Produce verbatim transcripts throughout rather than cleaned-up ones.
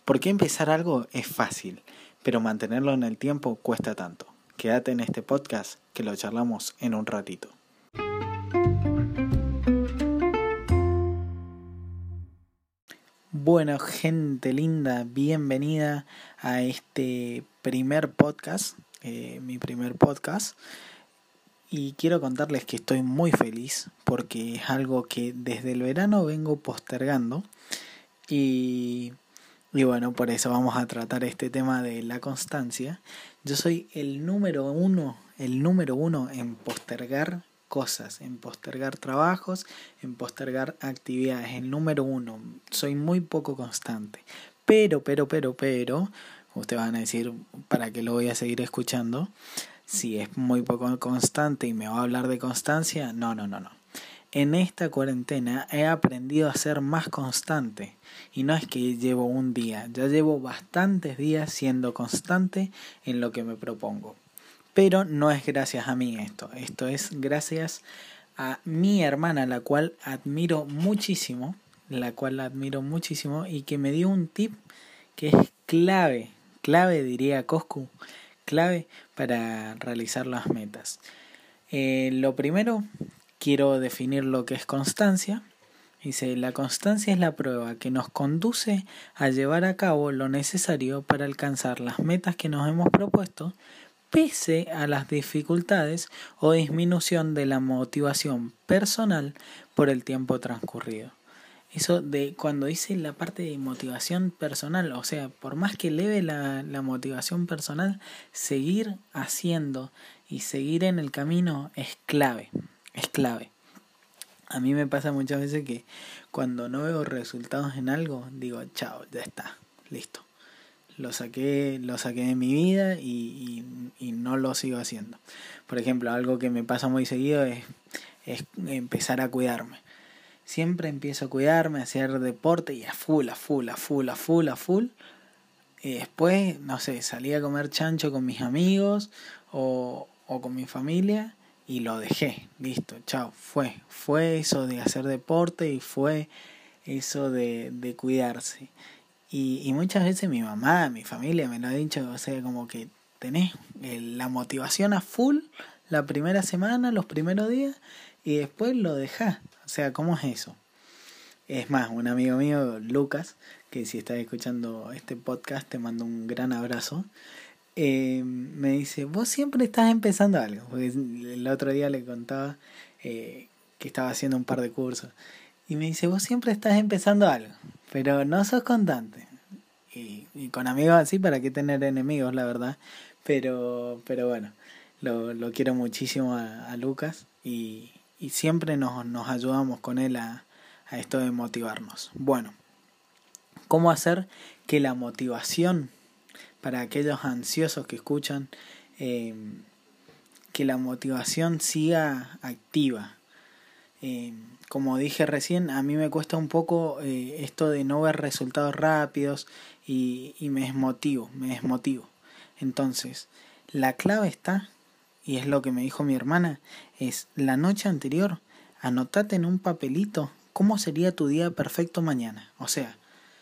¿Por qué empezar algo es fácil, pero mantenerlo en el tiempo cuesta tanto? Quédate en este podcast que lo charlamos en un ratito. Bueno, gente linda, bienvenida a este primer podcast, eh, mi primer podcast. Y quiero contarles que estoy muy feliz porque es algo que desde el verano vengo postergando. Y, y bueno, por eso vamos a tratar este tema de la constancia. Yo soy el número uno, el número uno en postergar cosas, en postergar trabajos, en postergar actividades, el número uno. Soy muy poco constante. Pero, pero, pero, pero, ustedes van a decir, ¿para qué lo voy a seguir escuchando? Si es muy poco constante y me va a hablar de constancia, no, no, no, no. En esta cuarentena he aprendido a ser más constante. Y no es que llevo un día, ya llevo bastantes días siendo constante en lo que me propongo. Pero no es gracias a mí esto, esto es gracias a mi hermana, la cual admiro muchísimo, la cual admiro muchísimo y que me dio un tip que es clave, clave diría Coscu, clave para realizar las metas. Eh, lo primero, quiero definir lo que es constancia. Dice, la constancia es la prueba que nos conduce a llevar a cabo lo necesario para alcanzar las metas que nos hemos propuesto, pese a las dificultades o disminución de la motivación personal por el tiempo transcurrido. Eso de cuando dice la parte de motivación personal, o sea, por más que eleve la, la motivación personal, seguir haciendo y seguir en el camino es clave, es clave. A mí me pasa muchas veces que cuando no veo resultados en algo, digo, chao, ya está, listo. Lo saqué, lo saqué de mi vida y, y, y no lo sigo haciendo. Por ejemplo, algo que me pasa muy seguido es, es empezar a cuidarme. Siempre empiezo a cuidarme, a hacer deporte y a full, a full, a full, a full, a full. Y después, no sé, salí a comer chancho con mis amigos o, o con mi familia y lo dejé. Listo, chao, fue. Fue eso de hacer deporte y fue eso de, de cuidarse. Y, y muchas veces mi mamá, mi familia me lo ha dicho, o sea, como que tenés la motivación a full la primera semana, los primeros días, y después lo dejás. O sea, ¿cómo es eso? Es más, un amigo mío, Lucas, que si estás escuchando este podcast te mando un gran abrazo, eh, me dice, vos siempre estás empezando algo. Porque el otro día le contaba eh, que estaba haciendo un par de cursos. Y me dice, vos siempre estás empezando algo, pero no sos constante. Y, y con amigos así, ¿para qué tener enemigos, la verdad? Pero, pero bueno, lo, lo quiero muchísimo a, a Lucas y, y siempre nos, nos ayudamos con él a, a esto de motivarnos. Bueno, ¿cómo hacer que la motivación, para aquellos ansiosos que escuchan, eh, que la motivación siga activa? Eh, como dije recién, a mí me cuesta un poco eh, esto de no ver resultados rápidos y, y me desmotivo, me desmotivo. Entonces, la clave está, y es lo que me dijo mi hermana, es la noche anterior, anotate en un papelito cómo sería tu día perfecto mañana. O sea,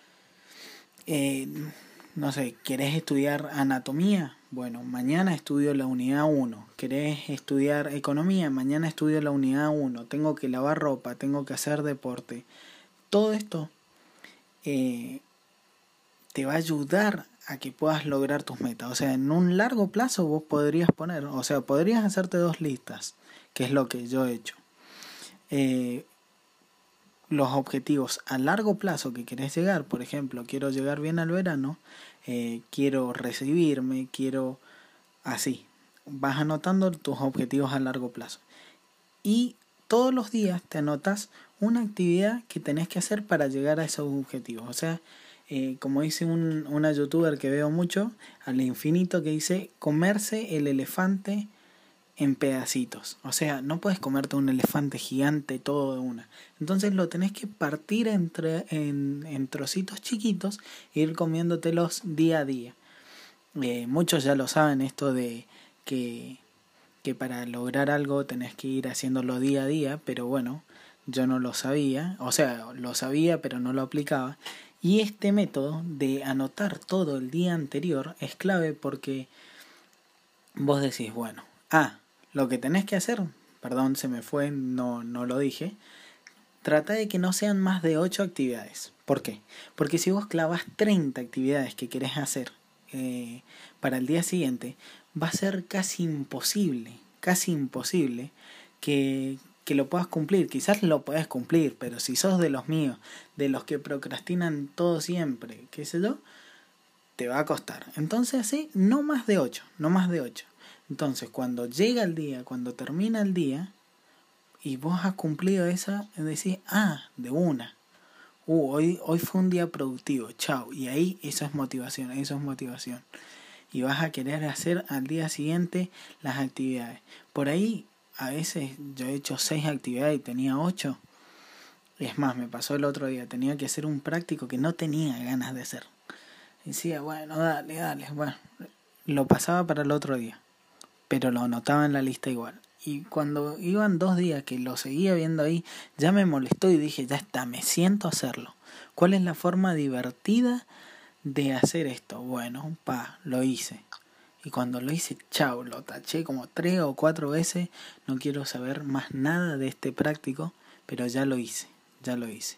eh, no sé, ¿querés estudiar anatomía? Bueno, mañana estudio la unidad uno. ¿Querés estudiar economía? Mañana estudio la unidad uno. Tengo que lavar ropa, tengo que hacer deporte. Todo esto eh, te va a ayudar a que puedas lograr tus metas. O sea, en un largo plazo vos podrías poner, o sea, podrías hacerte dos listas, que es lo que yo he hecho. Eh, los objetivos a largo plazo que querés llegar, por ejemplo, quiero llegar bien al verano, eh, quiero recibirme, quiero así. Vas anotando tus objetivos a largo plazo. Y todos los días te anotas una actividad que tenés que hacer para llegar a esos objetivos. O sea, eh, como dice un, una youtuber que veo mucho, al infinito, que dice comerse el elefante en pedacitos. O sea, no puedes comerte un elefante gigante todo de una. Entonces lo tenés que partir entre, en, en trocitos chiquitos e ir comiéndotelos día a día. Eh, muchos ya lo saben esto de que, que para lograr algo tenés que ir haciéndolo día a día, pero bueno, yo no lo sabía. O sea, lo sabía pero no lo aplicaba. Y este método de anotar todo el día anterior es clave porque vos decís, bueno, ah, lo que tenés que hacer, perdón, se me fue, no, no lo dije, trata de que no sean más de ocho actividades. ¿Por qué? Porque si vos clavas treinta actividades que querés hacer eh, para el día siguiente, va a ser casi imposible, casi imposible que, que lo puedas cumplir. Quizás lo podés cumplir, pero si sos de los míos, de los que procrastinan todo siempre, qué sé yo, te va a costar. Entonces así, no más de ocho, no más de ocho. Entonces cuando llega el día, cuando termina el día, y vos has cumplido esa, decís, ah, de una. Uh, hoy, hoy fue un día productivo, chao. Y ahí eso es motivación, eso es motivación. Y vas a querer hacer al día siguiente las actividades. Por ahí, a veces yo he hecho seis actividades y tenía ocho. Es más, me pasó el otro día, tenía que hacer un práctico que no tenía ganas de hacer. Decía, bueno, dale, dale, bueno. Lo pasaba para el otro día, pero lo anotaba en la lista igual. Y cuando iban dos días que lo seguía viendo ahí, ya me molestó y dije, ya está, me siento a hacerlo. ¿Cuál es la forma divertida de hacer esto? Bueno, pa, lo hice. Y cuando lo hice, chao, lo taché como tres o cuatro veces. No quiero saber más nada de este práctico, pero ya lo hice, ya lo hice.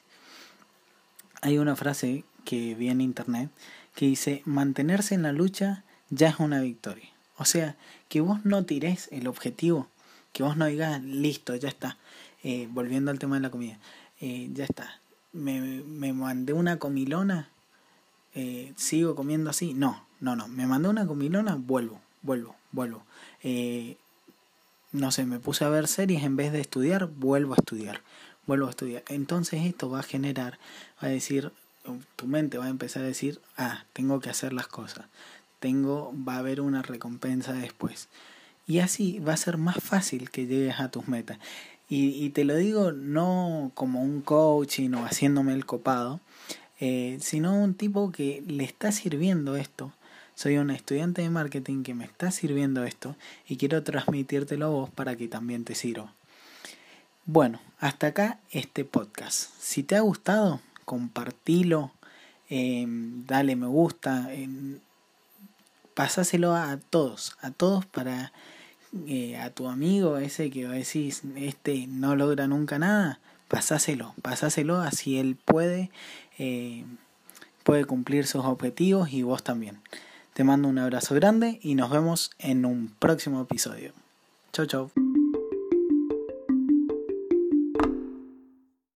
Hay una frase que vi en internet que dice, mantenerse en la lucha ya es una victoria. O sea, que vos no tirés el objetivo, que vos no digas, listo, ya está. Eh, volviendo al tema de la comida, eh, ya está. Me, me mandé una comilona, eh, sigo comiendo así. No, no, no. Me mandé una comilona, vuelvo, vuelvo, vuelvo. Eh, no sé, me puse a ver series en vez de estudiar, vuelvo a estudiar, vuelvo a estudiar. Entonces esto va a generar, va a decir, tu mente va a empezar a decir, ah, tengo que hacer las cosas. Tengo, va a haber una recompensa después. Y así va a ser más fácil que llegues a tus metas. Y, y te lo digo no como un coaching o haciéndome el copado, eh, sino un tipo que le está sirviendo esto. Soy un estudiante de marketing que me está sirviendo esto y quiero transmitírtelo a vos para que también te sirva. Bueno, hasta acá este podcast. Si te ha gustado, compartilo, eh, dale me gusta, eh, pasáselo a todos, a todos para eh, a tu amigo ese que decís, este no logra nunca nada, pasáselo, pasáselo así él puede, eh, puede cumplir sus objetivos y vos también. Te mando un abrazo grande y nos vemos en un próximo episodio. Chau, chau.